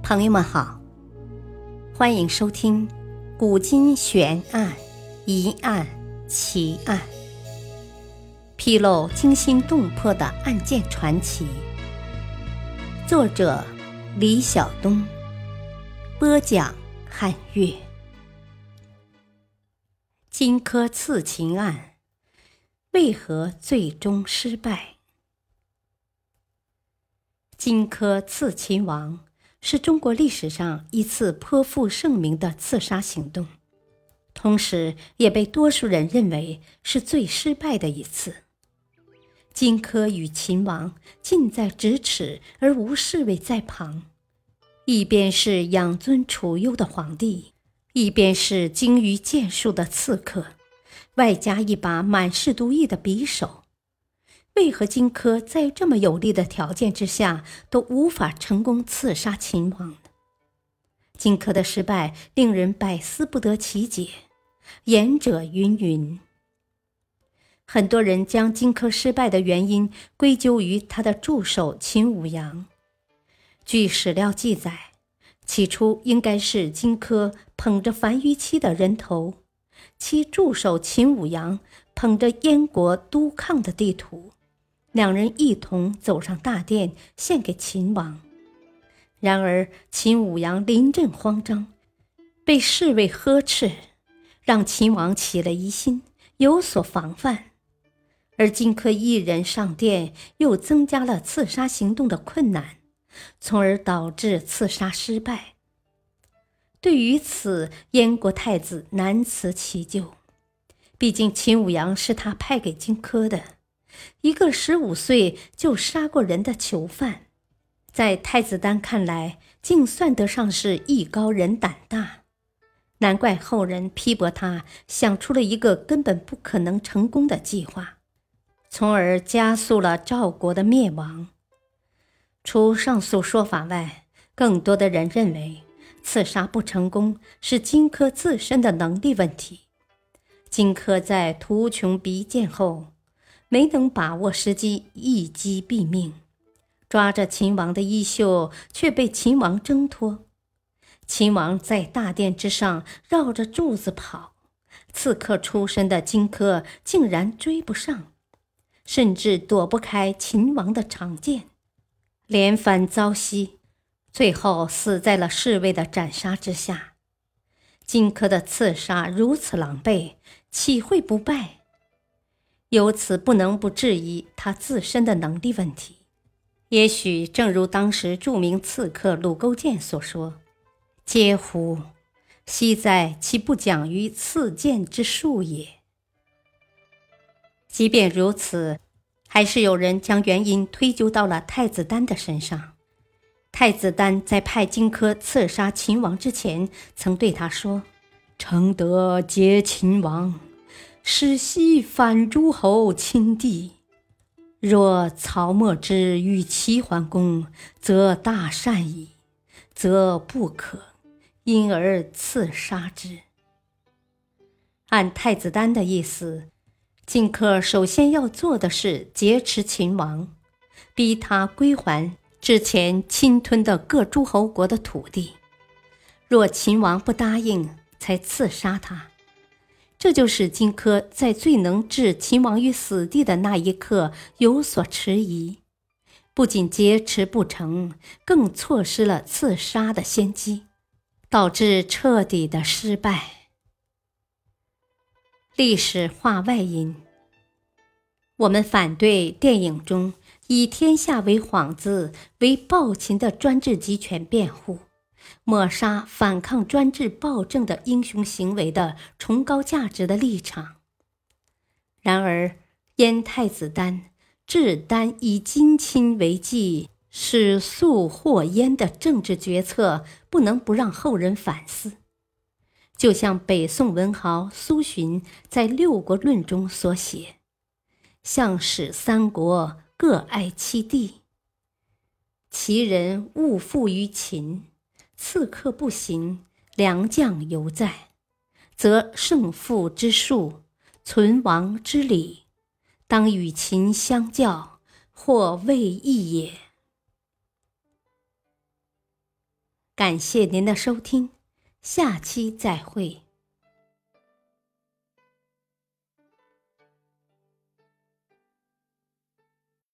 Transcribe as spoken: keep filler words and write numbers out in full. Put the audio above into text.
朋友们好，欢迎收听古今悬案、疑案、奇案，披露惊心动魄的案件传奇。作者李晓东，播讲汉月。荆轲刺秦案为何最终失败？荆轲刺秦王是中国历史上一次颇负盛名的刺杀行动，同时也被多数人认为是最失败的一次。荆轲与秦王近在咫尺而无侍卫在旁，一边是养尊处优的皇帝，一边是精于剑术的刺客，外加一把满是毒液的匕首。为何荆轲在这么有利的条件之下都无法成功刺杀秦王呢？荆轲的失败令人百思不得其解，言者云云。很多人将荆轲失败的原因归咎于他的助手秦舞阳。据史料记载，起初应该是荆轲捧着樊於期的人头，其助手秦舞阳捧着燕国都抗的地图，两人一同走上大殿献给秦王。然而秦舞阳临阵慌张，被侍卫呵斥，让秦王起了疑心，有所防范。而荆轲一人上殿，又增加了刺杀行动的困难，从而导致刺杀失败。对于此，燕国太子难辞其咎，毕竟秦舞阳是他派给荆轲的，一个十五岁就杀过人的囚犯，在太子丹看来，竟算得上是艺高人胆大。难怪后人批驳他想出了一个根本不可能成功的计划，从而加速了赵国的灭亡。除上述说法外，更多的人认为刺杀不成功是荆轲自身的能力问题。荆轲在图穷匕见后，没能把握时机一击毙命，抓着秦王的衣袖却被秦王挣脱。秦王在大殿之上绕着柱子跑，刺客出身的荆轲竟然追不上，甚至躲不开秦王的长剑，连番遭袭，最后死在了侍卫的斩杀之下。荆轲的刺杀如此狼狈，岂会不败？由此不能不质疑他自身的能力问题。也许正如当时著名刺客鲁勾践所说，嗟乎，惜在其不讲于刺剑之术也。即便如此，还是有人将原因推究到了太子丹的身上。太子丹在派荆轲刺杀秦王之前，曾对他说：诚得皆秦王，使西反诸侯亲帝。若曹墨之与齐桓公，则大善矣，则不可，因而刺杀之。按太子丹的意思，荆轲首先要做的是劫持秦王，逼他归还之前侵吞的各诸侯国的土地。若秦王不答应，才刺杀他。这就使荆轲在最能置秦王于死地的那一刻有所迟疑，不仅劫持不成，更错失了刺杀的先机，导致彻底的失败。历史话外音：我们反对电影中以天下为幌子为暴秦的专制集权辩护，抹杀反抗专制暴政的英雄行为的崇高价值的立场。然而燕太子丹置丹以金亲为祭，使速获燕的政治决策不能不让后人反思。就像北宋文豪苏洵在《六国论》中所写：项使三国各爱其地，其人勿附于秦，刺客不行，良将犹在，则胜负之术，存亡之理，当与秦相较，或未易也。 感谢您的收听，下期再会。